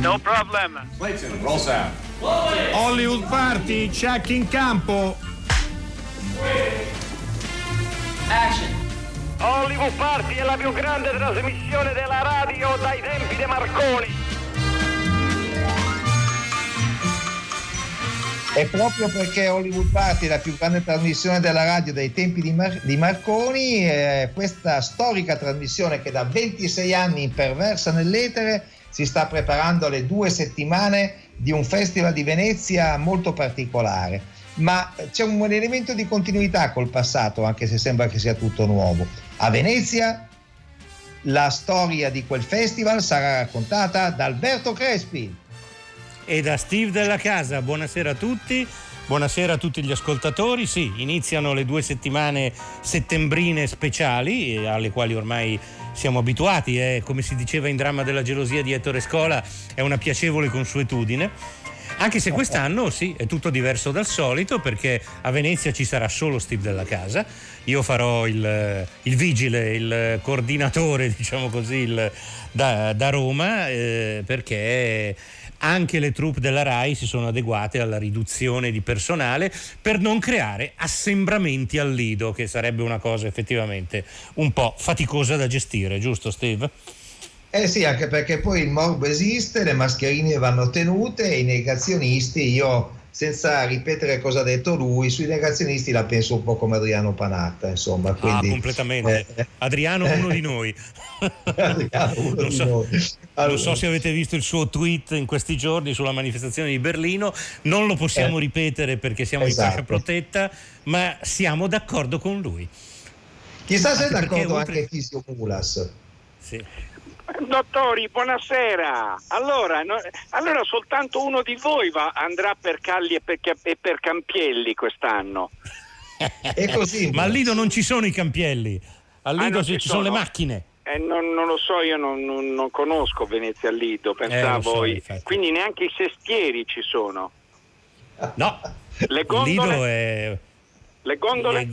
No problem. Clayton, roll sound. Hollywood Party, check in campo. Action. Hollywood Party è la più grande trasmissione della radio dai tempi di Marconi. E proprio perché Hollywood Party è la più grande trasmissione della radio dai tempi di Marconi, questa storica trasmissione che da 26 anni imperversa nell'etere si sta preparando alle 2 settimane di un festival di Venezia molto particolare. Ma c'è un elemento di continuità col passato, anche se sembra che sia tutto nuovo. A Venezia la storia di quel festival sarà raccontata da Alberto Crespi e da Steve Della Casa. Buonasera a tutti, buonasera a tutti gli ascoltatori. Sì, iniziano le 2 settimane settembrine speciali alle quali ormai siamo abituati, come si diceva in Dramma della gelosia di Ettore Scola, è una piacevole consuetudine. Anche se quest'anno sì, è tutto diverso dal solito, perché a Venezia ci sarà solo Steve Della Casa. Io farò il vigile, il coordinatore, diciamo così, da Roma, perché anche le troupe della RAI si sono adeguate alla riduzione di personale per non creare assembramenti al Lido, che sarebbe una cosa effettivamente un po' faticosa da gestire, giusto Steve? Eh sì, anche perché poi il morbo esiste, le mascherine vanno tenute e i negazionisti, io senza ripetere cosa ha detto lui, sui negazionisti la penso un po' come Adriano Panatta, insomma. Quindi, completamente. Adriano uno di noi. Adriano uno di noi. Allora, non so se avete visto il suo tweet in questi giorni sulla manifestazione di Berlino, non lo possiamo ripetere perché siamo in fascia protetta, ma siamo d'accordo con lui. Chissà se è d'accordo anche Fisio Mulas. Sì. Dottori, buonasera. Allora soltanto uno di voi andrà per Calli e per Campielli quest'anno. È così. Ma al Lido non ci sono i campielli, al Lido ci sono le macchine. Non lo so, io non conosco Venezia al Lido, pensavo. Quindi neanche i sestieri ci sono. No. Le gondole? Lido è... Le gondole?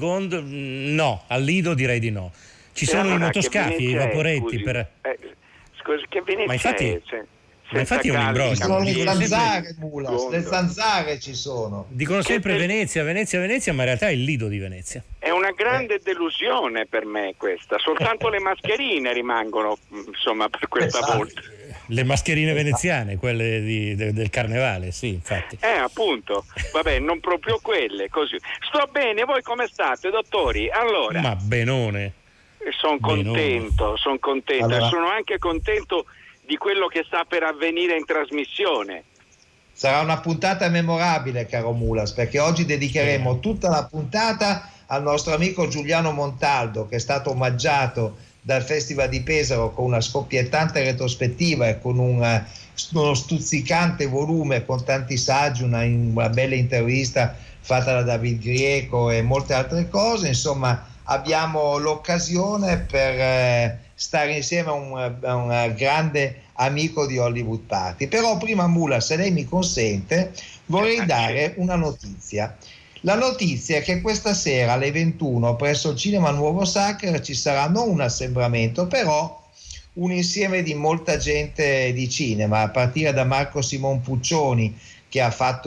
No, al Lido direi di no. Ci sono i motoscafi, i vaporetti scusi, che Venezia ma infatti, è un imbroglio. Ci sono le zanzare, Mulas, le zanzare ci sono. Dicono sempre Venezia, ma in realtà è il Lido di Venezia. È una grande delusione per me questa, soltanto le mascherine rimangono, insomma, per questa volta. Le mascherine veneziane, quelle del carnevale, sì, infatti. Appunto, vabbè, non proprio quelle, così. Sto bene, voi come state, dottori? Allora. Ma benone. Sono contento. Allora, sono anche contento di quello che sta per avvenire in trasmissione. Sarà una puntata memorabile, caro Mulas, perché oggi dedicheremo tutta la puntata al nostro amico Giuliano Montaldo, che è stato omaggiato dal Festival di Pesaro con una scoppiettante retrospettiva e con uno stuzzicante volume con tanti saggi, una bella intervista fatta da David Grieco e molte altre cose. Insomma, abbiamo l'occasione per stare insieme a un grande amico di Hollywood Party. Però prima, Mula, se lei mi consente, vorrei dare una notizia. La notizia è che questa sera alle 21 presso il Cinema Nuovo Sacre ci sarà non un assembramento, però un insieme di molta gente di cinema, a partire da Marco Simon Puccioni, che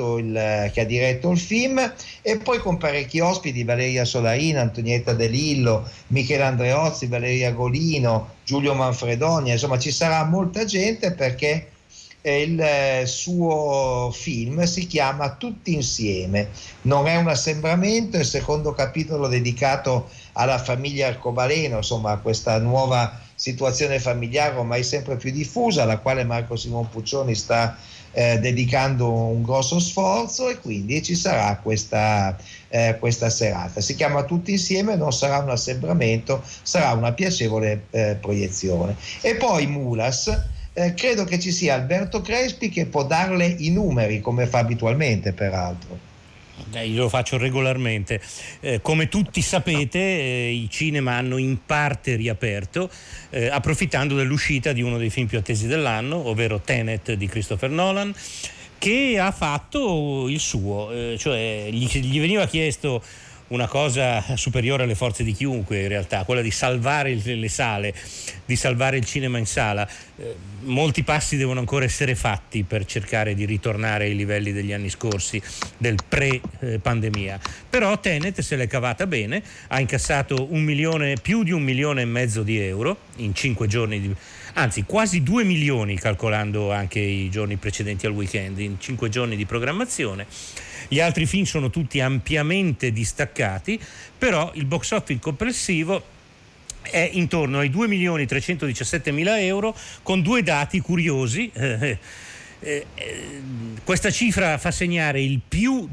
ha diretto il film, e poi con parecchi ospiti: Valeria Solarina, Antonietta De Lillo, Michele Andreozzi, Valeria Golino, Giulio Manfredonia. Insomma, ci sarà molta gente perché il suo film si chiama Tutti insieme, non è un assembramento, è il secondo capitolo dedicato alla famiglia arcobaleno, insomma, a questa nuova situazione familiare ormai sempre più diffusa, alla quale Marco Simon Puccioni sta dedicando un grosso sforzo, e quindi ci sarà questa serata. Si chiama Tutti insieme, non sarà un assembramento, sarà una piacevole proiezione. E poi Mulas, credo che ci sia Alberto Crespi che può darle i numeri, come fa abitualmente peraltro. Io lo faccio regolarmente. Come tutti sapete, i cinema hanno in parte riaperto, approfittando dell'uscita di uno dei film più attesi dell'anno, ovvero Tenet di Christopher Nolan, che ha fatto il suo, cioè gli veniva chiesto una cosa superiore alle forze di chiunque, in realtà, quella di salvare le sale, di salvare il cinema in sala. Molti passi devono ancora essere fatti per cercare di ritornare ai livelli degli anni scorsi, del pre-pandemia. Però Tenet se l'è cavata bene, ha incassato più di 1,5 milioni di euro in 5 giorni, anzi quasi 2 milioni calcolando anche i giorni precedenti al weekend, in 5 giorni di programmazione. Gli altri film sono tutti ampiamente distaccati, però il box office complessivo è intorno ai 2.317.000 euro, con due dati curiosi. Questa cifra fa segnare il più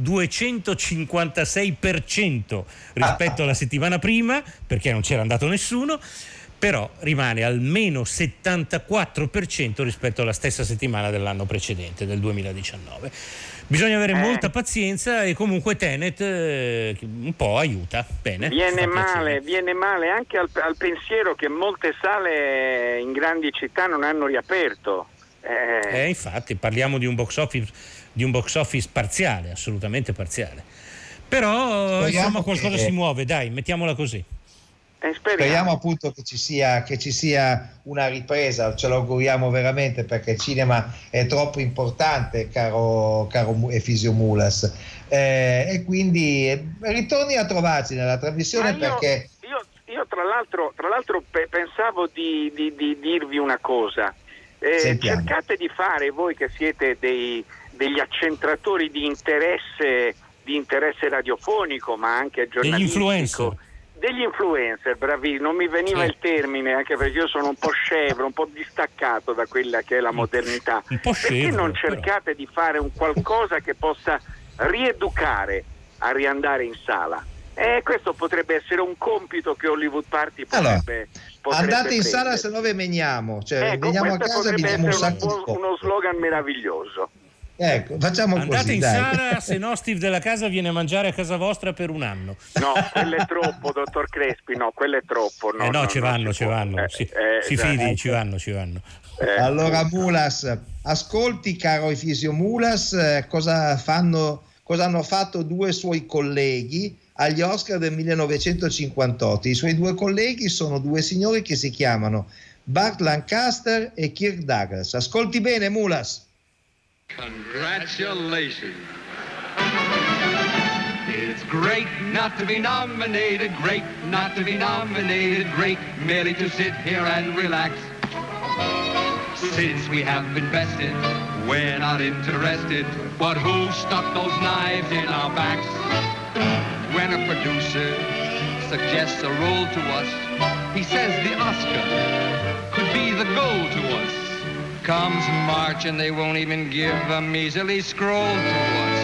256% rispetto alla settimana prima, perché non c'era andato nessuno, però rimane almeno 74% rispetto alla stessa settimana dell'anno precedente, del 2019. Bisogna avere molta pazienza, e comunque Tenet un po' aiuta. Bene, viene male anche al pensiero che molte sale in grandi città non hanno riaperto. Infatti parliamo di un box office parziale, assolutamente parziale. Però insomma qualcosa si muove, dai, mettiamola così. Speriamo appunto che ci sia una ripresa, ce lo auguriamo veramente, perché il cinema è troppo importante, caro Efisio Mulas, e quindi ritorni a trovarci nella trasmissione. Perché io tra l'altro pensavo di dirvi una cosa. Cercate di fare, voi che siete degli accentratori di interesse radiofonico, ma anche giornalistico, degli influencer, bravi, non mi veniva il termine, anche perché io sono un po' scevro, un po' distaccato da quella che è la modernità. Perché non cercate di fare un qualcosa che possa rieducare a riandare in sala? Questo potrebbe essere un compito che Hollywood Party potrebbe andate in sala, se no ve meniamo, veniamo a casa e vi diamo un sacco di uno slogan meraviglioso. Ecco, facciamo andate così, in dai. sala, se no Steve della casa viene a mangiare a casa vostra per un anno. No, quello è troppo, dottor Crespi, no, quello è troppo. Ci vanno. Si fidi, ci vanno. Allora Mulas, ascolti, caro Efisio Mulas, cosa hanno fatto due suoi colleghi agli Oscar del 1958. I suoi due colleghi sono due signori che si chiamano Burt Lancaster e Kirk Douglas. Ascolti bene, Mulas. Congratulations. It's great not to be nominated, great not to be nominated, great merely to sit here and relax. Since we have been bested, we're not interested, but who stuck those knives in our backs? When a producer suggests a role to us, he says the Oscar could be the goal to us. Comes March and they won't even give a measly scroll to us.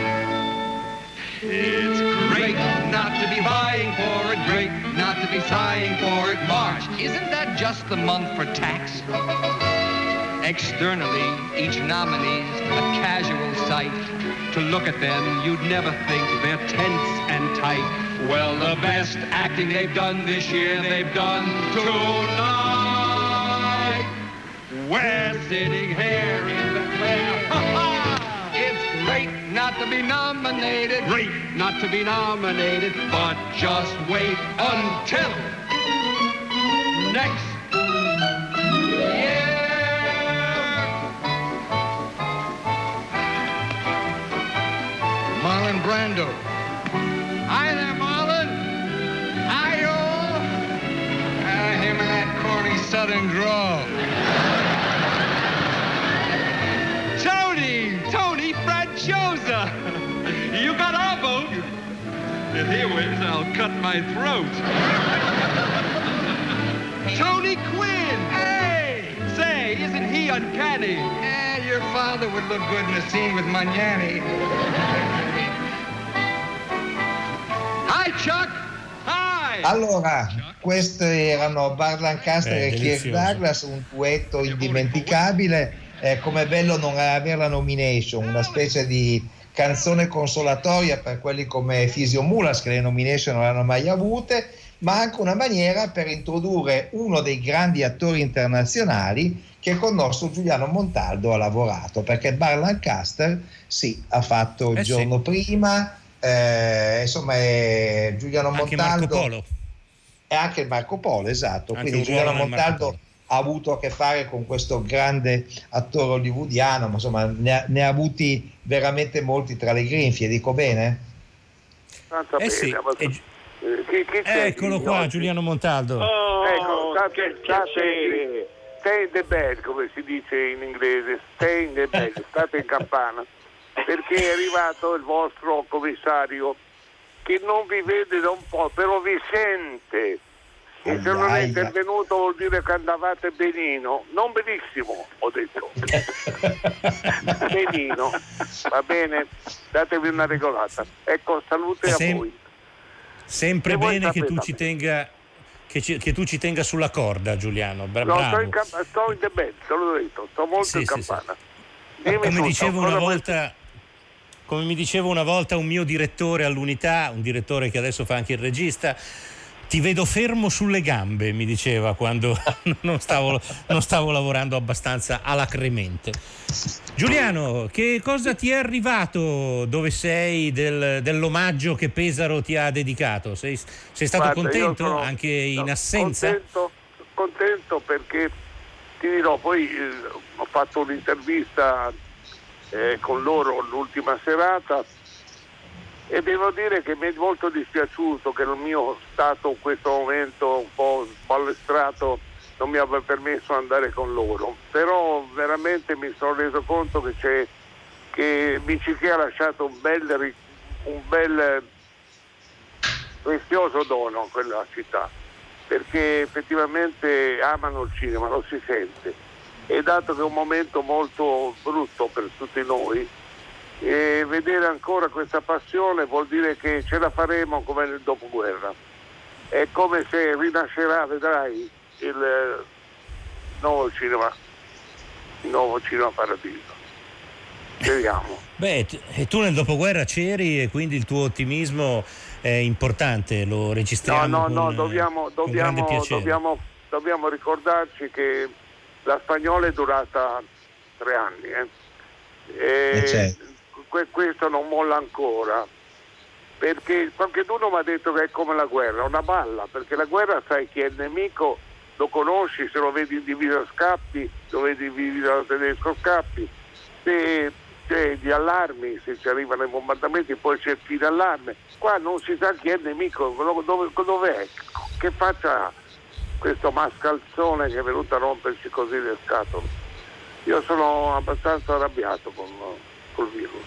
It's great not to be vying for it, great not to be sighing for it. March, isn't that just the month for tax? Externally, each nominee's a casual sight. To look at them, you'd never think they're tense and tight. Well, the best acting they've done this year, they've done tonight. We're sitting here in the fair. It's great not to be nominated, great not to be nominated, but just wait until next year. Marlon Brando. Hi there, Marlon. Hi-yo. Him and that corny southern drawl. Tony Franciosa. You got our vote. If he wins, I'll cut my throat. Tony Quinn. Hey! Say, isn't he uncanny? Your father would look good in a scene with Magnani. Hi, Chuck. Hi. Allora, questi erano Burt Lancaster e Kirk Douglas, un duetto indimenticabile. Com'è bello non avere la nomination, una specie di canzone consolatoria per quelli come Efisio Mulas, che le nomination non l'hanno mai avute, ma anche una maniera per introdurre uno dei grandi attori internazionali che con il nostro Giuliano Montaldo ha lavorato, perché Burt Lancaster ha fatto il giorno prima insomma è Giuliano anche Montaldo. Marco Polo. E anche il Marco Polo, esatto. Anche quindi Giuliano Montaldo ha avuto a che fare con questo grande attore hollywoodiano, ma insomma ne ha avuti veramente molti tra le grinfie, dico bene? Sì. Eccolo qua, Giuliano Montaldo. Ecco, stay in the bed, come si dice in inglese, stay in the bed, state in campana, perché è arrivato il vostro commissario che non vi vede da un po', però vi sente. E se non è intervenuto vuol dire che andavate benino, non benissimo, ho detto. Benino, va bene, datevi una regolata. Ecco, salute a voi. Sempre e bene che tu ci tenga che tu ci tenga sulla corda, Giuliano. Bravo. No, sto in the bed, te l'ho detto, sto molto in campana. Come mi diceva una volta un mio direttore all'Unità, un direttore che adesso fa anche il regista, ti vedo fermo sulle gambe, mi diceva quando non stavo lavorando abbastanza alacremente. Giuliano, che cosa ti è arrivato dove sei dell'omaggio che Pesaro ti ha dedicato? Sei stato contento anche in assenza? Contento perché ti dirò, poi ho fatto un'intervista con loro l'ultima serata e devo dire che mi è molto dispiaciuto che il mio stato in questo momento un po' sballestrato non mi abbia permesso di andare con loro, però veramente mi sono reso conto che Micichè ha lasciato un bel prezioso dono a quella città, perché effettivamente amano il cinema, lo si sente, e dato che è un momento molto brutto per tutti noi, e vedere ancora questa passione vuol dire che ce la faremo come nel dopoguerra. È come se rinascerà, vedrai, il nuovo cinema Paradiso. Speriamo. Beh, e tu nel dopoguerra c'eri e quindi il tuo ottimismo è importante, lo registriamo con grande piacere. Dobbiamo ricordarci che la Spagnola è durata 3 anni, questo non molla ancora, perché qualcuno mi ha detto che è come la guerra, una balla, perché la guerra sai chi è il nemico, lo conosci, se lo vedi in divisa scappi, lo vedi in divisa tedesco scappi, se c'è gli allarmi, se ci arrivano i bombardamenti poi c'è il fine allarme. Qua non si sa chi è il nemico, dov'è, che faccia questo mascalzone che è venuto a romperci così le scatole. Io sono abbastanza arrabbiato col virus.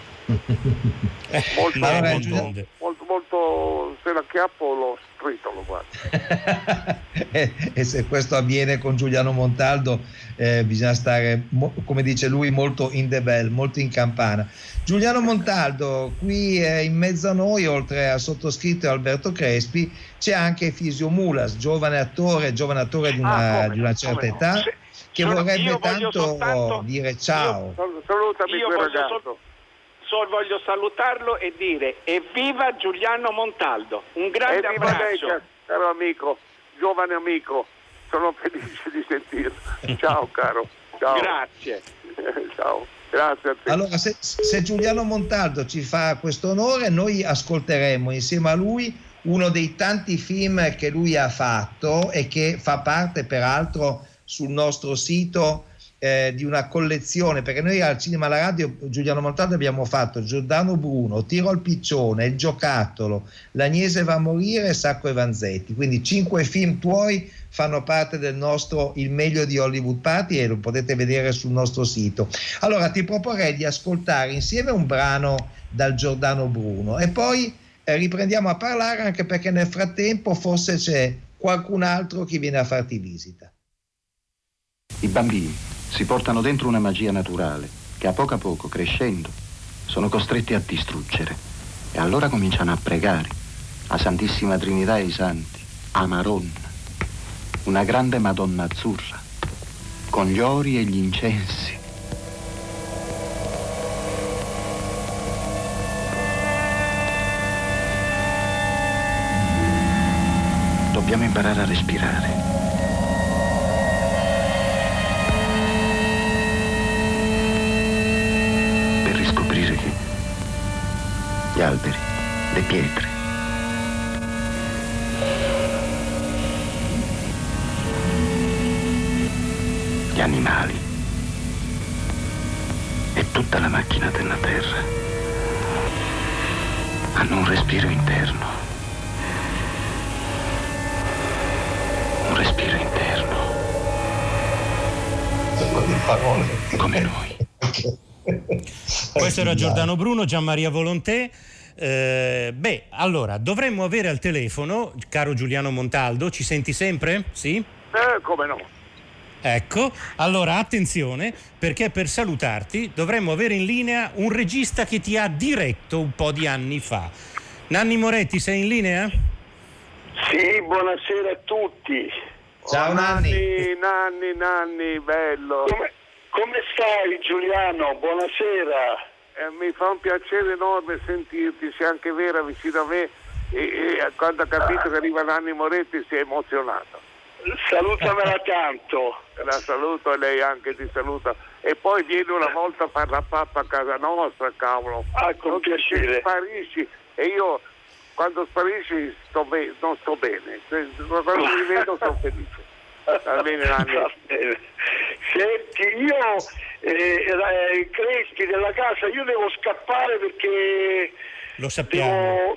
Molto, se l'acchiappo lo stritolo, guarda. E se questo avviene con Giuliano Montaldo bisogna stare, come dice lui, molto in the bell, molto in campana. Giuliano Montaldo, qui in mezzo a noi, oltre al sottoscritto e Alberto Crespi, c'è anche Fisio Mulas, giovane attore di una certa età, che vorrebbe tanto dire ciao. Salutami quel ragazzo. Voglio salutarlo e dire evviva Giuliano Montaldo, un grande abbraccio. Lei, caro amico, giovane amico, sono felice di sentirlo. Ciao caro. Ciao. Grazie. Ciao. Grazie a te. Allora, se Giuliano Montaldo ci fa questo onore, noi ascolteremo insieme a lui uno dei tanti film che lui ha fatto e che fa parte peraltro sul nostro sito di una collezione, perché noi al Cinema alla Radio Giuliano Montaldo abbiamo fatto Giordano Bruno, Tiro al piccione, Il giocattolo, L'Agnese va a morire e Sacco e Vanzetti, quindi 5 film tuoi fanno parte del nostro Il meglio di Hollywood Party e lo potete vedere sul nostro sito. Allora ti proporrei di ascoltare insieme un brano dal Giordano Bruno e poi riprendiamo a parlare, anche perché nel frattempo forse c'è qualcun altro che viene a farti visita. I bambini si portano dentro una magia naturale che a poco, crescendo, sono costretti a distruggere. E allora cominciano a pregare a Santissima Trinità e ai Santi, a Maronna, una grande Madonna azzurra, con gli ori e gli incensi. Dobbiamo imparare a respirare. Gli alberi, pietre. Gli animali e tutta la macchina della terra hanno un respiro interno. Un respiro interno. Come noi. Questo era Giordano Bruno, Gianmaria Volontè. Allora, dovremmo avere al telefono, caro Giuliano Montaldo, ci senti sempre? Sì? Come no? Ecco, allora attenzione, perché per salutarti dovremmo avere in linea un regista che ti ha diretto un po' di anni fa. Nanni Moretti, sei in linea? Sì, buonasera a tutti. Ciao Nanni, bello. Come stai Giuliano? Buonasera. Mi fa un piacere enorme sentirti, sei anche vera vicino a me e quando ha capito che arriva Nanni Moretti si è emozionato. Salutamela tanto. La saluto e lei anche ti saluta. E poi vieni una volta a fare la pappa a casa nostra, cavolo. Con piacere. Sparisci e io quando sparisci non sto bene. Quando mi vedo sto felice. Va bene, Nanni. Va bene. Senti, io Crespi della casa, io devo scappare perché lo sappiamo.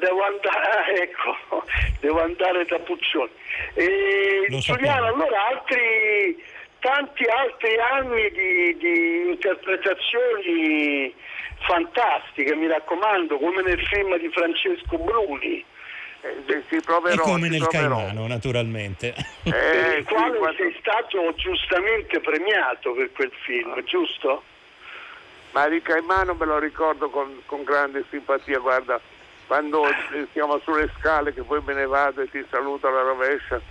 Devo andare da Puccioni. Giuliano, allora tanti altri anni di interpretazioni fantastiche, mi raccomando, come nel film di Francesco Bruni. E come nel Caimano, naturalmente. Il quale sei stato giustamente premiato per quel film, giusto? Ma di Caimano me lo ricordo con grande simpatia, guarda, quando siamo sulle scale che poi me ne vado e ti saluto alla rovescia.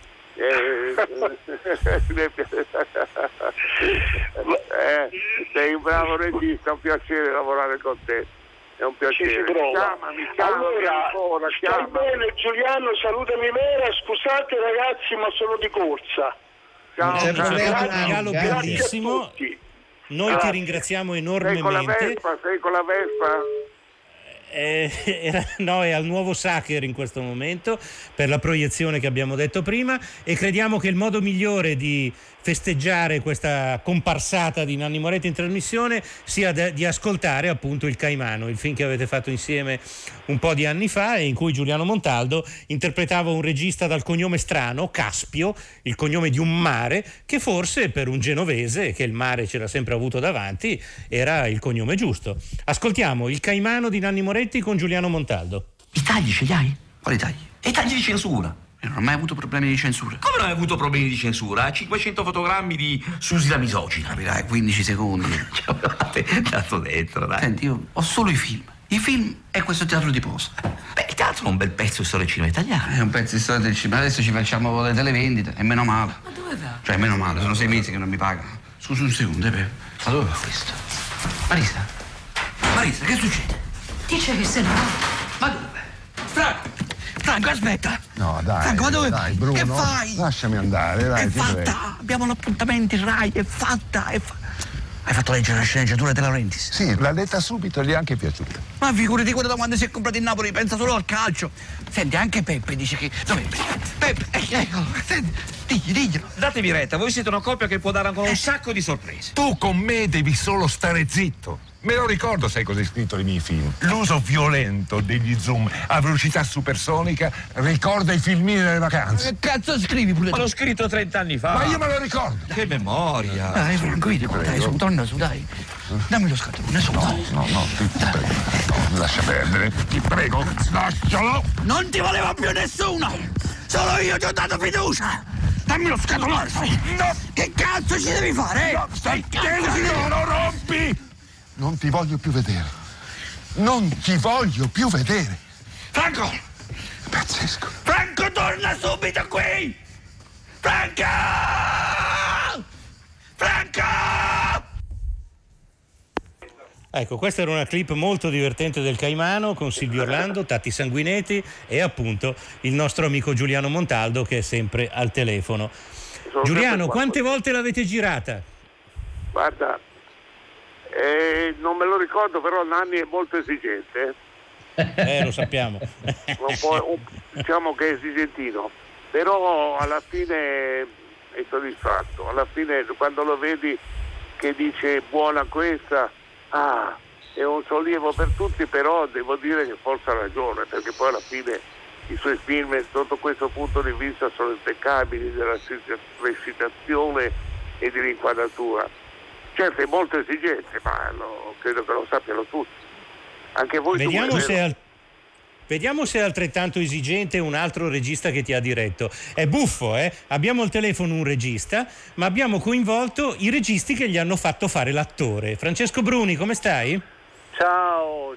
Sei un bravo regista, è un piacere lavorare con te. È un piacere. Ci si prova. Allora, stai bene Giuliano, salutami Vera, scusate ragazzi ma sono di corsa. Ciao, è un regalo bellissimo. Noi ti ringraziamo enormemente. Sei con la Vespa? No, è al Nuovo Sacher in questo momento per la proiezione che abbiamo detto prima, e crediamo che il modo migliore di festeggiare questa comparsata di Nanni Moretti in trasmissione sia di ascoltare appunto il Caimano, il film che avete fatto insieme un po' di anni fa e in cui Giuliano Montaldo interpretava un regista dal cognome strano, Caspio, il cognome di un mare, che forse per un genovese, che il mare ce l'ha sempre avuto davanti, era il cognome giusto. Ascoltiamo il Caimano di Nanni Moretti con Giuliano Montaldo. I tagli ce li hai? Quali tagli? E i tagli di censura. Io non ho mai avuto problemi di censura. Come non hai avuto problemi di censura? 500 fotogrammi di Susi la misogina. Capirai, 15 secondi. Ci avevate dato dentro, dai. Senti, io ho solo i film. I film e questo teatro di posa. Beh, il teatro è un bel pezzo di storia del cinema italiano. È un pezzo di storia del cinema. Adesso ci facciamo le televendite, e meno male. Ma dove va? Cioè, meno male, sono 6 mesi che non mi pagano. Scusa un secondo, Pepe. Ma dove va questo? Marisa, che succede? Dice che se ne va. Ma dove? Franco, aspetta! No, dai. Franco, ma dove dai, Bruno, che fai? Lasciami andare, dai. È fatta! Prego. Abbiamo l'appuntamento in Rai, è fatta! Hai fatto leggere la sceneggiatura della Laurentiis? Sì, l'ha letta subito e gli è anche piaciuta. Ma figurati, quello da quando si è comprato in Napoli, pensa solo al calcio. Senti, anche Peppe dice che... Dov'è Peppe? Eccolo, senti, diglielo. Datevi retta, voi siete una coppia che può dare ancora un sacco di sorprese. Tu con me devi solo stare zitto. Me lo ricordo, sai cosa hai scritto nei miei film. L'uso violento degli zoom a velocità supersonica ricorda i filmini delle vacanze. Che cazzo scrivi pure? Ma l'ho scritto 30 anni fa. Ma io me lo ricordo. Che memoria. Dai, Franco, dai, su, torna su, dai. Dammi lo scatolone, su, dai. No, ti prego. No, lascia perdere, ti prego, lascialo. Non ti voleva più nessuno. Solo io ti ho dato fiducia. Dammi lo scatolone. No. Che cazzo ci devi fare? No, stai zitto, lo rompi. Non ti voglio più vedere. Non ti voglio più vedere. Franco! Pazzesco. Franco, torna subito qui! Franco! Franco! Ecco, questa era una clip molto divertente del Caimano con Silvio Orlando, Tatti Sanguinetti e appunto il nostro amico Giuliano Montaldo che è sempre al telefono. Giuliano, quante volte l'avete girata? Guarda, non me lo ricordo, però Nanni è molto esigente. Lo sappiamo. Diciamo che è esigentino, però alla fine è soddisfatto. Alla fine quando lo vedi che dice buona questa, è un sollievo per tutti, però devo dire che forse ha ragione, perché poi alla fine i suoi film sotto questo punto di vista sono impeccabili, della recitazione e dell'inquadratura. Certo, è molto esigente, ma credo che lo sappiano tutti. Anche voi. Vediamo se è altrettanto esigente un altro regista che ti ha diretto. È buffo, Abbiamo al telefono un regista, ma abbiamo coinvolto i registi che gli hanno fatto fare l'attore. Francesco Bruni, come stai? Ciao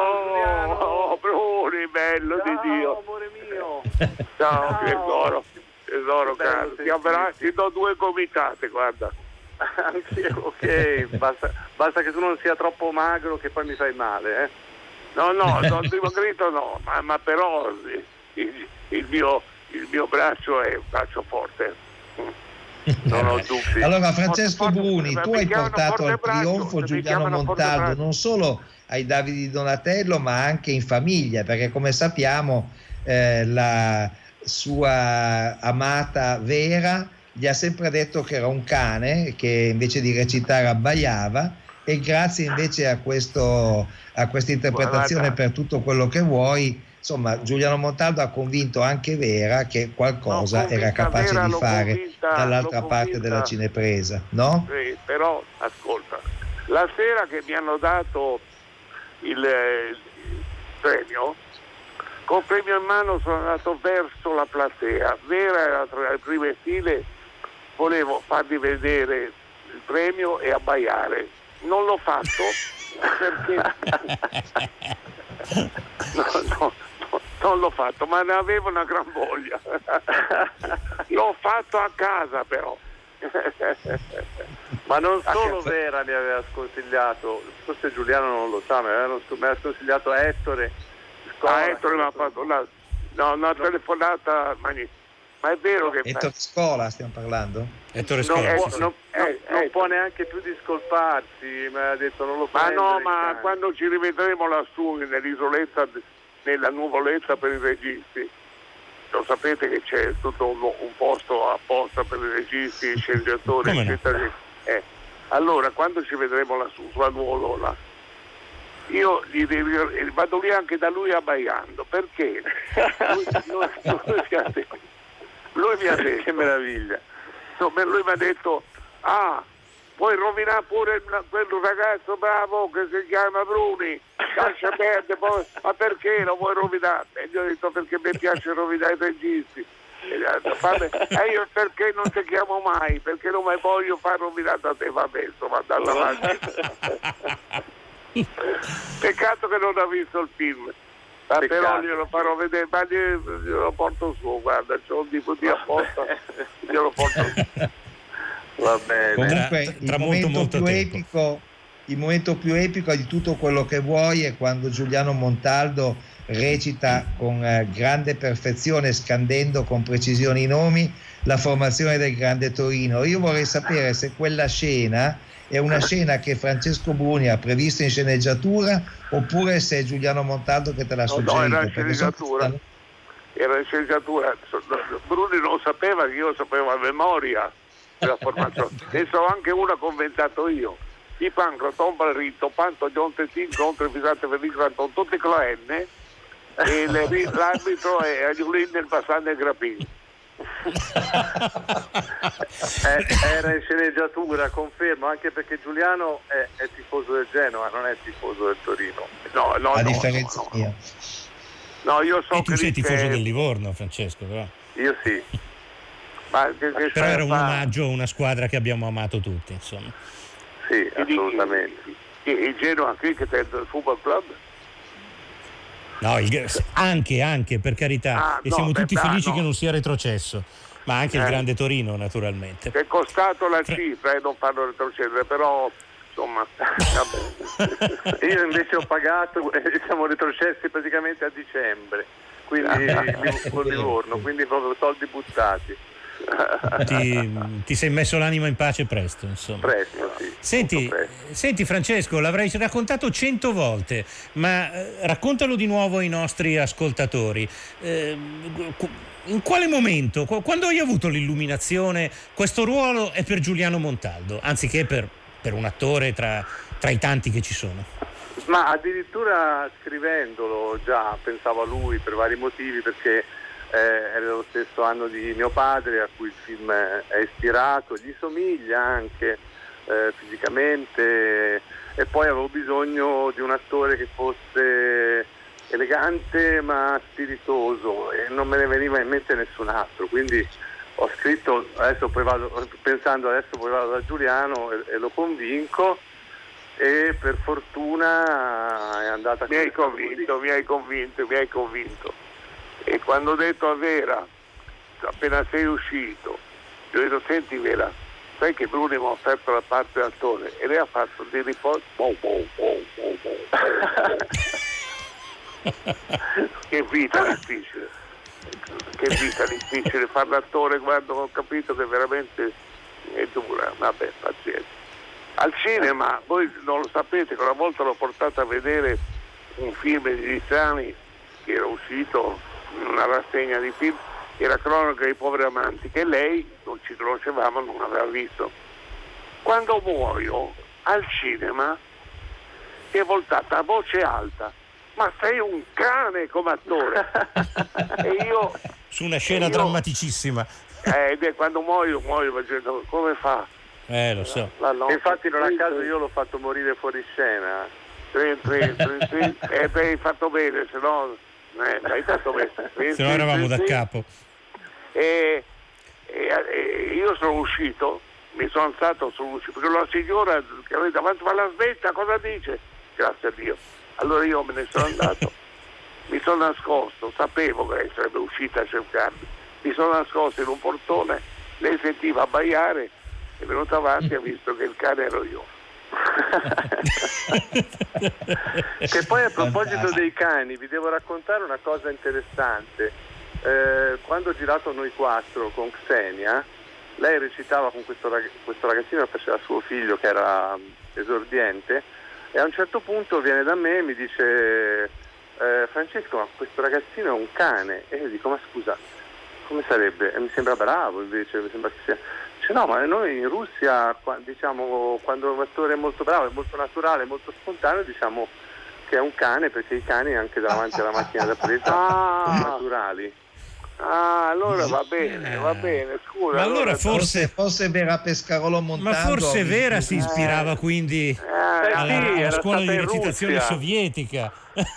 Bruni, bello di Dio. Amore mio. Ciao. Tesoro caro. Ti do 2 gomitate, guarda. Anch'io, ok, basta che tu non sia troppo magro che poi mi fai male, No, il primo grito no, ma però il mio braccio è un braccio forte. Non ho dubbi. Allora Francesco Bruni, tu hai portato al trionfo Giuliano Montaldo non solo ai Davide di Donatello ma anche in famiglia, perché come sappiamo la sua amata Vera gli ha sempre detto che era un cane che invece di recitare abbaiava, e grazie invece a questa interpretazione per tutto quello che vuoi, insomma Giuliano Montaldo ha convinto anche Vera che qualcosa era capace Vera, di fare dall'altra l'ho parte della cinepresa, no? Sì, però ascolta, la sera che mi hanno dato il premio, col premio in mano sono andato verso la platea. Vera era tra le prime file, volevo fargli vedere il premio e abbaiare. Non l'ho fatto perché non l'ho fatto, ma ne avevo una gran voglia. L'ho fatto a casa però. Ma non solo Vera mi aveva sconsigliato, forse Giuliano non lo sa, mi aveva sconsigliato Ettore. Ettore mi ha fatto una telefonata magnifica. Ma è vero che Ettore Scola stiamo parlando? Ettore Scola, non può neanche più discolparsi, mi ha detto non lo fa. Ma no, ma quando ci rivedremo lassù nell'isoletta, nella nuvoletta per i registi, lo sapete che c'è tutto un posto apposta per i registi, i sceneggiatori, eccetera. Allora quando ci vedremo lassù sulla nuvola, io vado lì anche da lui abbaiando, perché lui mi ha detto, che meraviglia, lui mi ha detto puoi rovinare pure quel ragazzo bravo che si chiama Bruni, lascia perdere, ma perché lo vuoi rovinare? E gli ho detto perché mi piace rovinare i registi. E io perché non ti chiamo mai, perché non mi voglio far rovinare da te, va messo, ma dalla avanti. Peccato che non ha visto il film. Però glielo farò vedere, ma glielo porto su, guarda, c'ho un DVD apposta, glielo porto su. Va bene. Comunque il momento più epico di tutto quello che vuoi è quando Giuliano Montaldo recita con grande perfezione, scandendo con precisione i nomi, la formazione del Grande Torino. Io vorrei sapere se quella scena è una scena che Francesco Bruni ha previsto in sceneggiatura oppure se è Giuliano Montaldo che te l'ha suggerito. No, era in sceneggiatura. Era in sceneggiatura. Bruni non sapeva che io sapevo a memoria della formazione. Ne so anche una che ho inventato io. I pancro, tomba il rito, panto, gionte, incontri, fisate, con tutte le N, e l'arbitro è Agiulin del Passante e Grappini. Era in sceneggiatura, confermo, anche perché Giuliano è tifoso del Genoa, non è tifoso del Torino. A differenza mia. No, io so e tu sei tifoso del Livorno, Francesco, però. Io sì. Però era un omaggio a una squadra che abbiamo amato tutti, insomma. Sì, assolutamente. Il Genoa Cricket del Football Club? No, anche per carità, e siamo tutti felici che non sia retrocesso, ma anche il Grande Torino, naturalmente. Che è costato la cifra e non fanno retrocedere, però insomma. Io invece ho pagato e siamo retrocessi praticamente a dicembre, quindi con Livorno, quindi proprio soldi buttati. ti sei messo l'anima in pace presto, insomma. Presto, sì. Senti Francesco, l'avrei raccontato 100 volte, ma raccontalo di nuovo ai nostri ascoltatori. In quale momento, quando hai avuto l'illuminazione, questo ruolo è per Giuliano Montaldo, anziché per un attore tra i tanti che ci sono? Ma addirittura scrivendolo già pensavo a lui per vari motivi, perché era lo stesso anno di mio padre, a cui il film è ispirato, gli somiglia anche fisicamente, e poi avevo bisogno di un attore che fosse elegante ma spiritoso, e non me ne veniva in mente nessun altro, quindi ho scritto, adesso poi vado da Giuliano e lo convinco, e per fortuna è andata. Mi hai convinto. E quando ho detto a Vera, appena sei uscito, gli ho detto: senti Vera, sai che Bruni mi ha offerto la parte d'attore, e lei ha fatto dei riposi. Che vita difficile fare l'attore, quando ho capito che veramente è dura. Vabbè, pazienza. Al cinema, voi non lo sapete, che una volta l'ho portato a vedere un film di Giuliani che era uscito in una rassegna di film, era Cronaca dei poveri amanti, che lei, non ci conoscevamo, non aveva visto. Quando muoio al cinema si è voltata a voce alta: ma sei un cane come attore. E io, su una scena drammaticissima, quando muoio facendo: come fa? Lo so. Infatti non a caso io l'ho fatto morire fuori scena. Hai fatto bene, se no hai fatto bene. Se no eravamo da capo. E io sono uscito, mi sono alzato, perché la signora che aveva davanti: ma la smetta, cosa dice? Grazie a Dio. Allora io me ne sono andato, mi sono nascosto, sapevo che lei sarebbe uscita a cercarmi, mi sono nascosto in un portone, lei sentiva abbaiare, è venuta avanti e ha visto che il cane ero io. Che poi, a proposito dei cani, vi devo raccontare una cosa interessante. Quando ho girato Noi Quattro con Xenia, lei recitava con questo ragazzino che faceva suo figlio, che era esordiente, e a un certo punto viene da me e mi dice: Francesco, ma questo ragazzino è un cane. E io dico: ma scusa, come sarebbe? E mi sembra bravo, invece mi sembra che sia. Dice: no, ma noi in Russia, diciamo, quando un attore è molto bravo, è molto naturale, molto spontaneo, diciamo che è un cane, perché i cani anche davanti alla macchina da presa sono naturali. Allora va bene, scusa. Ma allora forse Vera Pescarolo Montaldo. Ma forse Vera si ispirava quindi alla scuola di recitazione sovietica.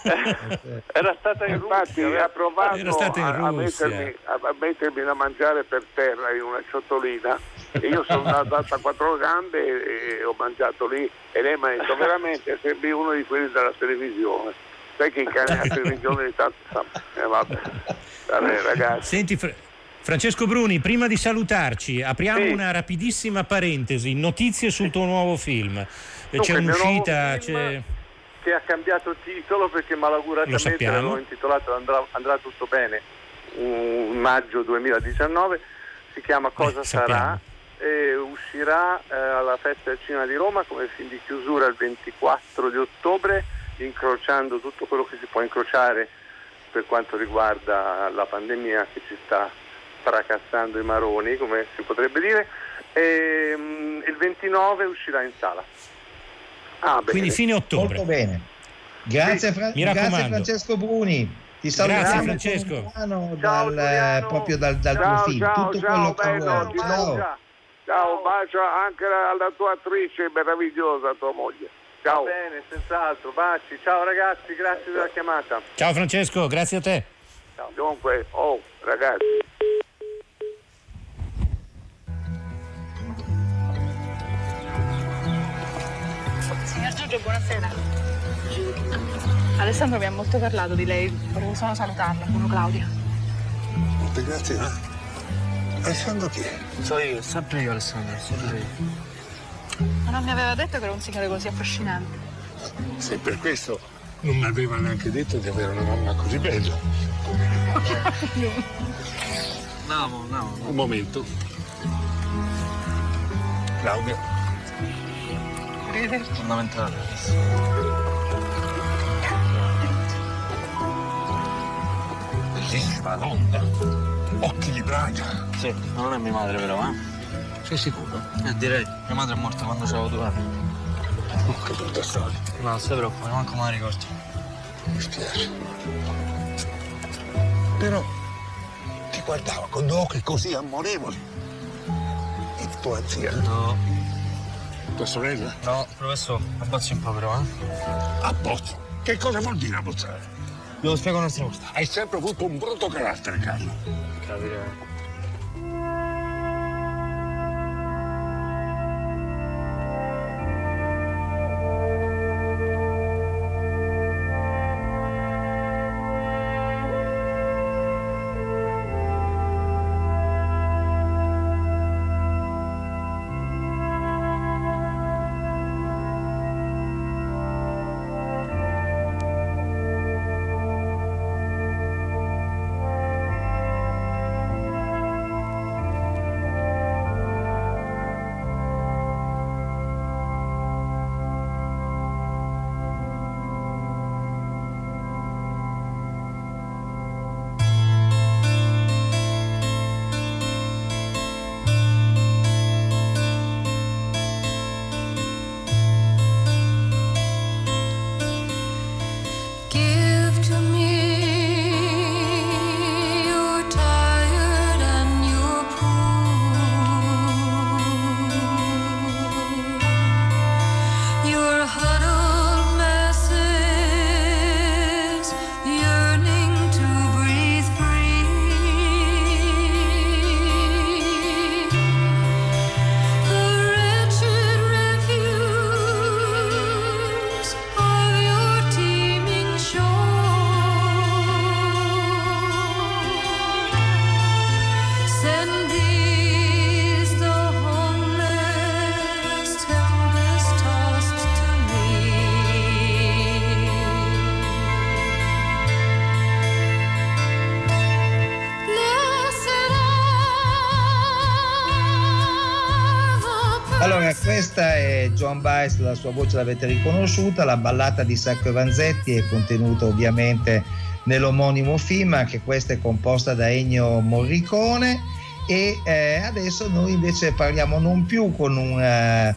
Era stata in Russia, aveva provato a mettermi da mangiare per terra in una ciotolina, e io sono andato a quattro gambe e ho mangiato lì, e lei mi ha detto: veramente sembri uno di quelli della televisione. Sai che i cani della televisione di tanto vabbè, ragazzi. Senti Francesco Bruni, prima di salutarci apriamo una rapidissima parentesi, notizie sul tuo nuovo film. C'è un'uscita, che ha cambiato titolo perché malaugurosamente l'avevo intitolato Andrà tutto bene, maggio 2019, si chiama Cosa sarà, e uscirà alla Festa del Cinema di Roma come film di chiusura il 24 di ottobre, incrociando tutto quello che si può incrociare per quanto riguarda la pandemia che ci sta fracassando i maroni, come si potrebbe dire, e il 29 uscirà in sala. Quindi fine ottobre. Molto bene. Grazie, grazie Francesco Bruni. Ti salutiamo. Grazie Francesco. Proprio dal tuo film. Tutto quello che vuoi. Ciao, bacio anche alla tua attrice meravigliosa, tua moglie. Ciao. Va bene, senz'altro, baci. Ciao ragazzi, grazie della chiamata. Ciao Francesco, grazie a te. Ciao. Dunque, ragazzi. Signor Giorgio, buonasera. Alessandro mi ha molto parlato di lei, volevo solo salutarla, sono Claudia. Molte grazie. Alessandro chi è? So io, sempre io Alessandro, sempre io. Ma non mi aveva detto che era un signore così affascinante. Se per questo non mi aveva neanche detto di avere una mamma così bella. No. Un momento. Claudio. Fondamentale. Bellissima donna. Occhi di braga. Sì, ma non è mia madre però, eh? Sei sicuro? Direi. Mia madre è morta quando avevo 2 anni. Oh, che brutta storia. No, non si preoccupa, manco me la ricordo. Mi spiace. Però ti guardava con due occhi così amorevoli. E tua zia? No. Tua sorella? No, professore, abbozzi un po' però, Abbozzo? Che cosa vuol dire abbozzare? Ve lo spiego un'altra volta. Hai sempre avuto un brutto carattere, Carlo. Capirei. Allora, questa è Joan Baez, la sua voce l'avete riconosciuta, la ballata di Sacco e Vanzetti è contenuta ovviamente nell'omonimo film, anche questa è composta da Ennio Morricone. E adesso noi invece parliamo non più con un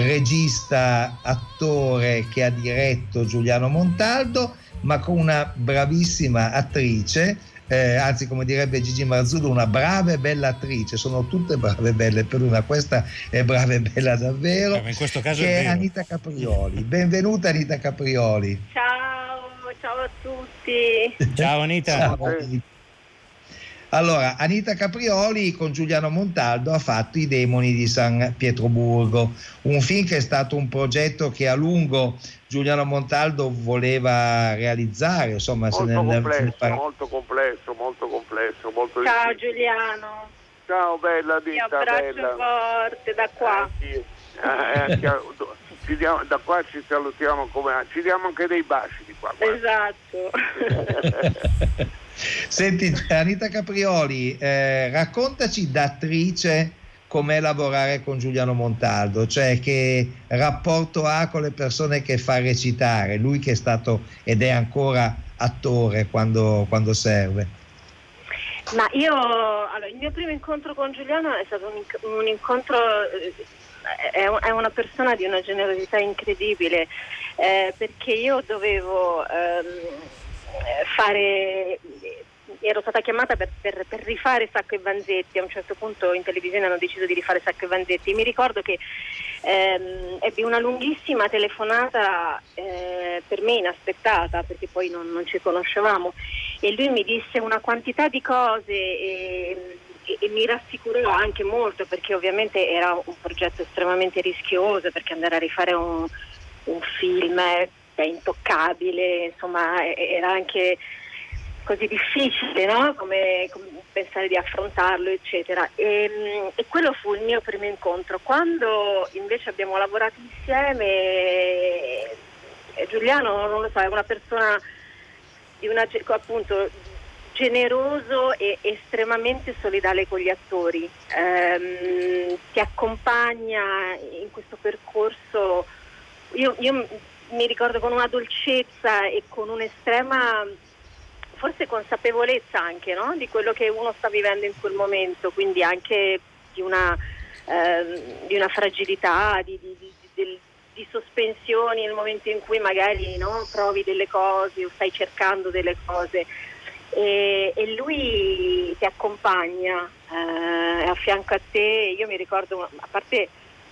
regista, attore che ha diretto Giuliano Montaldo, ma con una bravissima attrice, anzi, come direbbe Gigi Marzullo, una brava e bella attrice. Sono tutte brave e belle per una, questa è brava e bella davvero, in questo caso che è è vero. Anita Caprioli. Benvenuta Anita Caprioli. Ciao a tutti. Ciao Anita. Ciao. Allora, Anita Caprioli con Giuliano Montaldo ha fatto I demoni di San Pietroburgo, un film che è stato un progetto che a lungo Giuliano Montaldo voleva realizzare, insomma, molto complesso. Ciao Giuliano. Ciao bella Anita. Ti abbraccio bella. Forte da qua. Da qua ci salutiamo, ci diamo anche dei baci di qua. Esatto. Senti Anita Caprioli, raccontaci da attrice com'è lavorare con Giuliano Montaldo, cioè che rapporto ha con le persone che fa recitare, lui che è stato ed è ancora attore quando serve. Ma il mio primo incontro con Giuliano è stato un incontro, è una persona di una generosità incredibile, perché io dovevo ero stata chiamata per rifare Sacco e Vanzetti. A un certo punto in televisione hanno deciso di rifare Sacco e Vanzetti. Mi ricordo che ebbi una lunghissima telefonata, per me inaspettata, perché poi non ci conoscevamo, e lui mi disse una quantità di cose e mi rassicurò anche molto, perché ovviamente era un progetto estremamente rischioso, perché andare a rifare un film è intoccabile, insomma era anche così difficile, no? Come pensare di affrontarlo, eccetera. E quello fu il mio primo incontro. Quando invece abbiamo lavorato insieme, Giuliano, non lo so, è una persona di una, appunto, generoso e estremamente solidale con gli attori, ti accompagna in questo percorso. Io mi ricordo con una dolcezza e con un'estrema forse consapevolezza anche, no? Di quello che uno sta vivendo in quel momento, quindi anche di una fragilità, di sospensioni nel momento in cui magari, no, provi delle cose o stai cercando delle cose, e lui ti accompagna, è a fianco a te. Io mi ricordo, a parte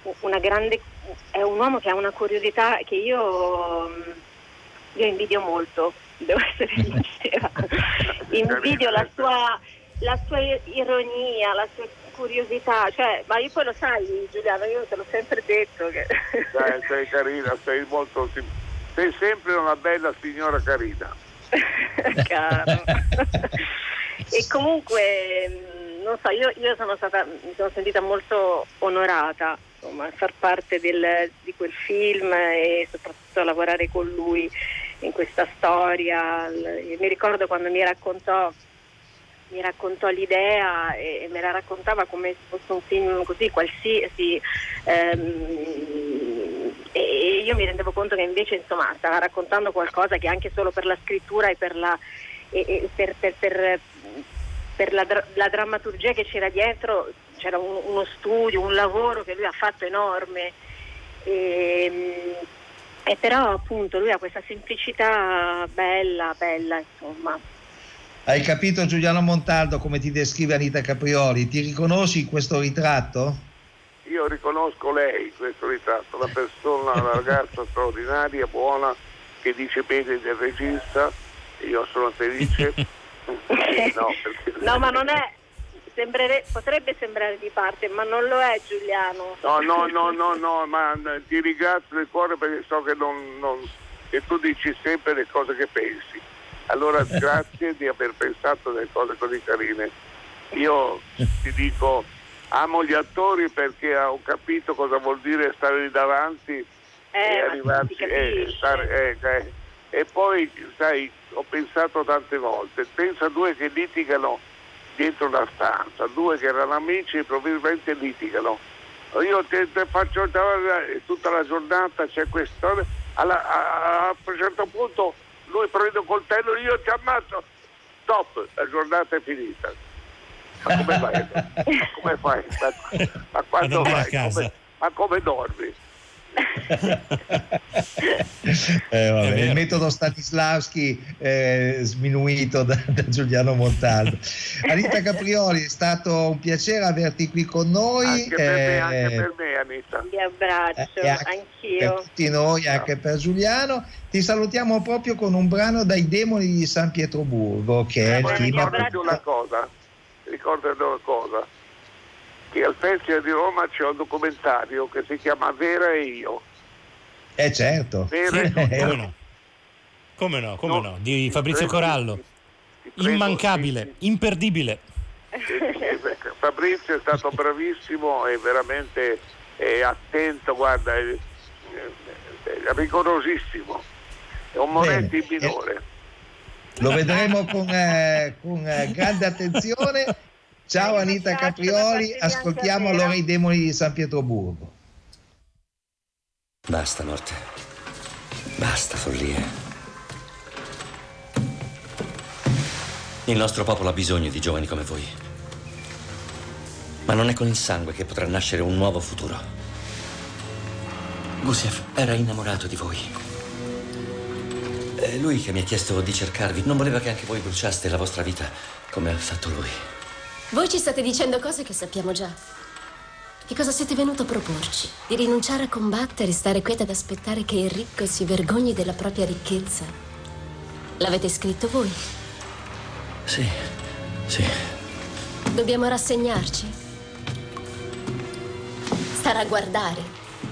è un uomo che ha una curiosità che io invidio molto, devo essere sincera. Invidio la sua ironia, la sua curiosità, cioè, ma io poi lo sai, Giuliano, io te l'ho sempre detto che sei carina, sei sempre una bella signora carina. Caro. E comunque non so, io mi sono sentita molto onorata, insomma, a far parte di quel film e soprattutto lavorare con lui in questa storia. Mi ricordo quando mi raccontò l'idea e me la raccontava come se fosse un film così qualsiasi, e io mi rendevo conto che invece, insomma, stava raccontando qualcosa che anche solo per la scrittura e per la drammaturgia che c'era dietro, c'era uno studio, un lavoro che lui ha fatto enorme, e però appunto lui ha questa semplicità bella, insomma. Hai capito, Giuliano Montaldo, come ti descrive Anita Caprioli? Ti riconosci in questo ritratto? Io riconosco lei in questo ritratto, una persona, una ragazza straordinaria, buona, che dice bene del regista. Io sono felice. No, ma non è, potrebbe sembrare di parte, ma non lo è, Giuliano. No, ma ti ringrazio del cuore, perché so che che tu dici sempre le cose che pensi. Allora grazie di aver pensato delle cose così carine. Io ti dico, amo gli attori perché ho capito cosa vuol dire stare lì davanti e arrivarci e poi, sai, ho pensato tante volte, pensa a due che litigano dietro una stanza, due che erano amici e probabilmente litigano. Io te faccio tutta la giornata, c'è questa, a un certo punto lui prende un coltello, io ti ammazzo, stop, la giornata è finita. Ma come fai? Ma quando vai? Ma come dormi? Il metodo Stanislavski sminuito da Giuliano Montaldo. Anita Caprioli, è stato un piacere averti qui con noi. Anche per me, Anita. Vi abbraccio, anch'io. Per tutti noi, anche per Giuliano. Ti salutiamo proprio con un brano dai Demoni di San Pietroburgo, che è il film. Ricordati una cosa, che al Festival di Roma c'è un documentario che si chiama Vera e io. Certo. Come no, di Fabrizio Corallo. Immancabile, imperdibile. Fabrizio è stato bravissimo e veramente attento, guarda, è rigorosissimo. È un Moretti minore. Lo vedremo con grande attenzione. Ciao Anita Caprioli, ascoltiamo allora i Demoni di San Pietroburgo. Basta morte, basta follia. Il nostro popolo ha bisogno di giovani come voi. Ma non è con il sangue che potrà nascere un nuovo futuro. Gusev era innamorato di voi. È lui che mi ha chiesto di cercarvi. Non voleva che anche voi bruciaste la vostra vita come ha fatto lui. Voi ci state dicendo cose che sappiamo già. Che cosa siete venuto a proporci? Di rinunciare a combattere, stare quieta ad aspettare che il ricco si vergogni della propria ricchezza? L'avete scritto voi? Sì. Dobbiamo rassegnarci? Stare a guardare?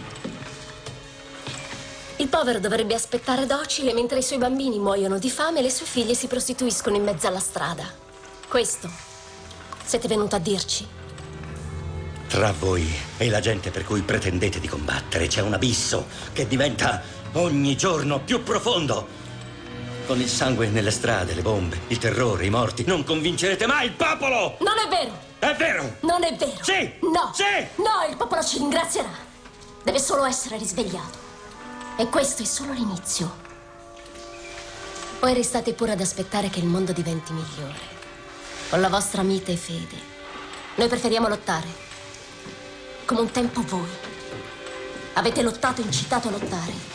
Il povero dovrebbe aspettare docile mentre i suoi bambini muoiono di fame e le sue figlie si prostituiscono in mezzo alla strada. Questo siete venuto a dirci? Tra voi e la gente per cui pretendete di combattere c'è un abisso che diventa ogni giorno più profondo. Con il sangue nelle strade, le bombe, il terrore, i morti, non convincerete mai il popolo! Non è vero! È vero! Non è vero! Sì! No! Sì! No, il popolo ci ringrazierà! Deve solo essere risvegliato. E questo è solo l'inizio. Poi restate pure ad aspettare che il mondo diventi migliore. Con la vostra mite fede. Noi preferiamo lottare. Come un tempo voi. Avete lottato e incitato a lottare.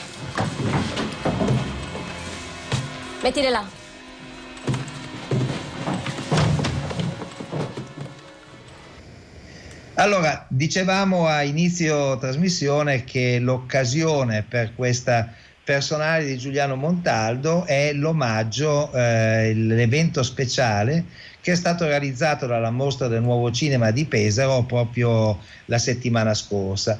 Mettile là. Allora, dicevamo a inizio trasmissione che l'occasione per questa personale di Giuliano Montaldo è l'omaggio, l'evento speciale che è stato realizzato dalla Mostra del Nuovo Cinema di Pesaro proprio la settimana scorsa.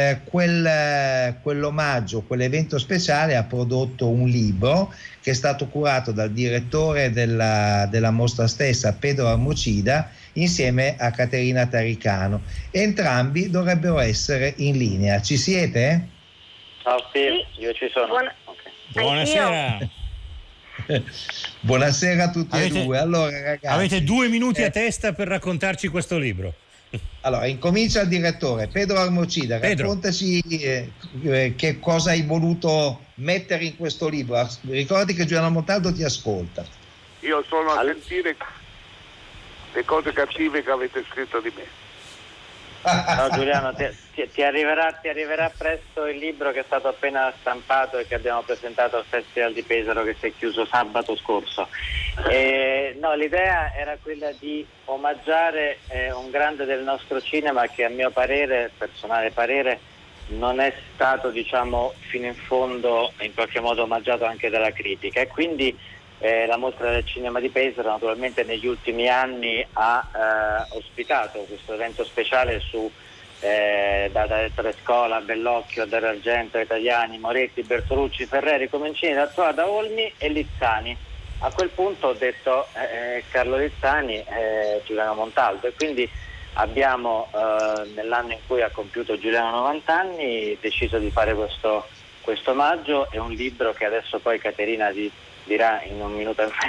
Quell'omaggio, quell'evento speciale ha prodotto un libro che è stato curato dal direttore della mostra stessa, Pedro Armocida, insieme a Caterina Taricano. Entrambi dovrebbero essere in linea. Ci siete? Ciao Steve, io ci sono. Buonasera. Buonasera a tutti e due. Allora, ragazzi, avete 2 minuti a testa per raccontarci questo libro. Allora, incomincia il direttore Pedro Armocida. Raccontaci che cosa hai voluto mettere in questo libro. Ricordi che Giuliano Montaldo ti ascolta. Io sono a sentire le cose cattive che avete scritto di me. No, Giuliano, ti arriverà presto il libro che è stato appena stampato e che abbiamo presentato al Festival di Pesaro, che si è chiuso sabato scorso. No, l'idea era quella di omaggiare un grande del nostro cinema che, a mio parere, personale parere, non è stato, diciamo, fino in fondo in qualche modo omaggiato anche dalla critica, e quindi la Mostra del Cinema di Pesaro naturalmente negli ultimi anni ha ospitato questo evento speciale su da Trescola, Bellocchio, Dario Argento, Italiani, Moretti, Bertolucci, Ferreri, Comencini, D'Artois, Olmi e Lizzani. A quel punto ho detto Carlo Lizzani, Giuliano Montaldo, e quindi abbiamo nell'anno in cui ha compiuto Giuliano 90 anni deciso di fare questo omaggio. È un libro che adesso poi Caterina dirà in un minuto e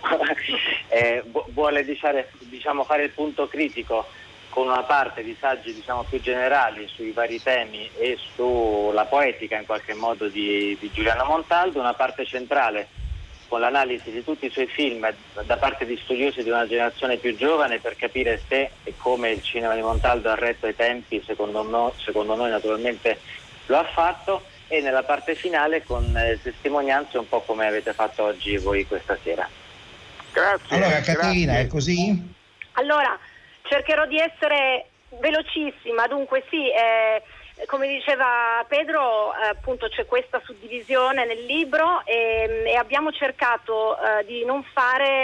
mezzo. Vuole diciamo fare il punto critico con una parte di saggi, diciamo, più generali sui vari temi e sulla poetica in qualche modo di Giuliano Montaldo, una parte centrale con l'analisi di tutti i suoi film da parte di studiosi di una generazione più giovane, per capire se e come il cinema di Montaldo ha retto ai tempi. Secondo noi naturalmente lo ha fatto, e nella parte finale con testimonianze un po' come avete fatto oggi voi questa sera. Grazie. Allora, Caterina, è così? Allora, cercherò di essere velocissima. Dunque sì, come diceva Pedro, appunto c'è questa suddivisione nel libro e abbiamo cercato di non fare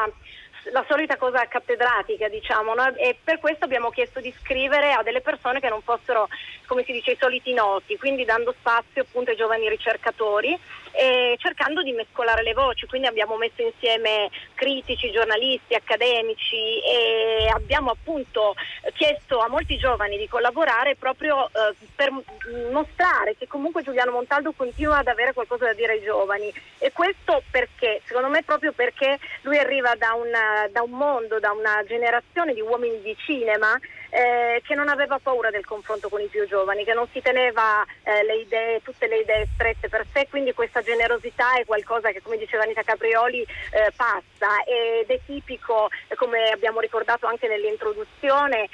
la solita cosa cattedratica, diciamo, no? E per questo abbiamo chiesto di scrivere a delle persone che non fossero, come si dice, i soliti noti, quindi dando spazio appunto ai giovani ricercatori e cercando di mescolare le voci. Quindi abbiamo messo insieme critici, giornalisti, accademici, e abbiamo appunto chiesto a molti giovani di collaborare proprio per mostrare che comunque Giuliano Montaldo continua ad avere qualcosa da dire ai giovani. E questo perché? Secondo me proprio perché lui arriva da un mondo, da una generazione di uomini di cinema che non aveva paura del confronto con i più giovani, che non si teneva tutte le idee strette per sé, quindi questa generosità è qualcosa che, come diceva Anita Caprioli, passa, ed è tipico, come abbiamo ricordato anche nell'introduzione,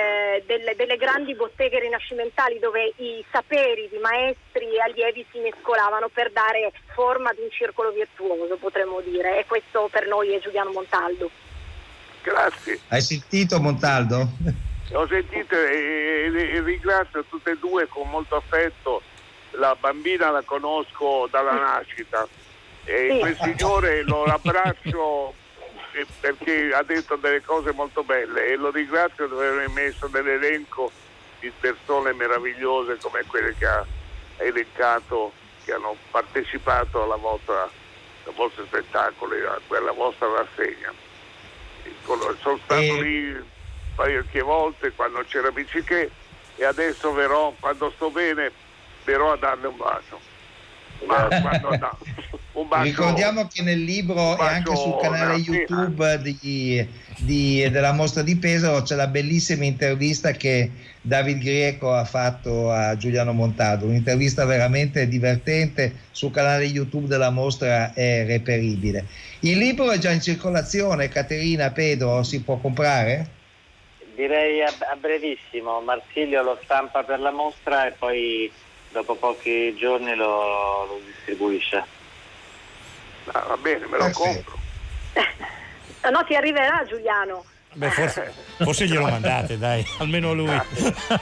delle grandi botteghe rinascimentali dove i saperi di maestri e allievi si mescolavano per dare forma ad un circolo virtuoso, potremmo dire, e questo per noi è Giuliano Montaldo. Grazie. Hai sentito Montaldo? Ho sentito e ringrazio tutte e due con molto affetto. La bambina la conosco dalla nascita e quel signore lo abbraccio perché ha detto delle cose molto belle, e lo ringrazio di avermi messo nell'elenco di persone meravigliose come quelle che ha elencato, che hanno partecipato ai vostri spettacoli, a quella vostra rassegna. Sono stato lì parecchie volte quando c'era Bicichè, e adesso verrò, quando sto bene, verrò a darle un bacio. Ma quando no. Ricordiamo che nel libro e anche sul canale YouTube della Mostra di Pesaro c'è la bellissima intervista che David Grieco ha fatto a Giuliano Montaldo, un'intervista veramente divertente, sul canale YouTube della Mostra è reperibile. Il libro è già in circolazione, Caterina, Pedro, si può comprare? Direi a brevissimo, Marsilio lo stampa per la mostra e poi dopo pochi giorni lo distribuisce. Va bene, me lo compro. No, ti arriverà Giuliano. Beh, forse glielo mandate, dai, almeno lui. Va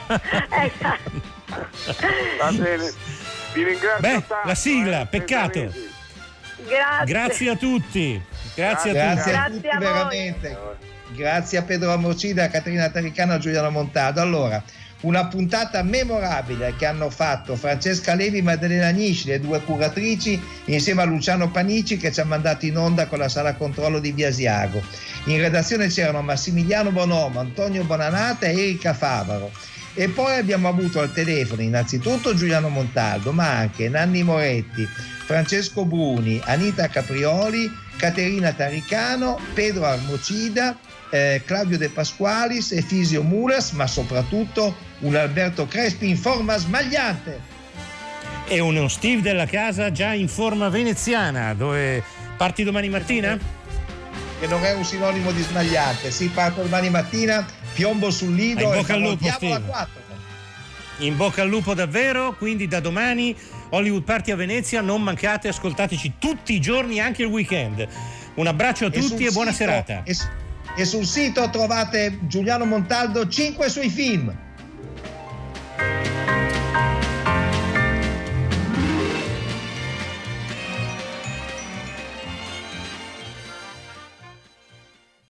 bene, vi ringrazio. La sigla, peccato. Grazie a tutti. Grazie a tutti veramente. Grazie a Pedro Ambrocida, a Caterina Taricano, a Giuliano Montaldo. Allora, una puntata memorabile che hanno fatto Francesca Levi e Maddalena Agnisci, le due curatrici, insieme a Luciano Panici, che ci ha mandato in onda con la sala controllo di Via Asiago. In redazione c'erano Massimiliano Bonomo, Antonio Bonanata e Erika Favaro. E poi abbiamo avuto al telefono innanzitutto Giuliano Montaldo, ma anche Nanni Moretti, Francesco Bruni, Anita Caprioli, Caterina Taricano, Pedro Armocida, Claudio De Pasqualis, Efisio Mulas, ma soprattutto un Alberto Crespi in forma smagliante e uno Steve della casa già in forma veneziana. Dove parti domani mattina? Che non è un sinonimo di smagliante. Si parto domani mattina, piombo sul lido in bocca al lupo, Steve. In bocca al lupo davvero. Quindi da domani Hollywood Party a Venezia, non mancate, ascoltateci tutti i giorni, anche il weekend. Un abbraccio a tutti e buona serata. E sul sito trovate Giuliano Montaldo 5 suoi film.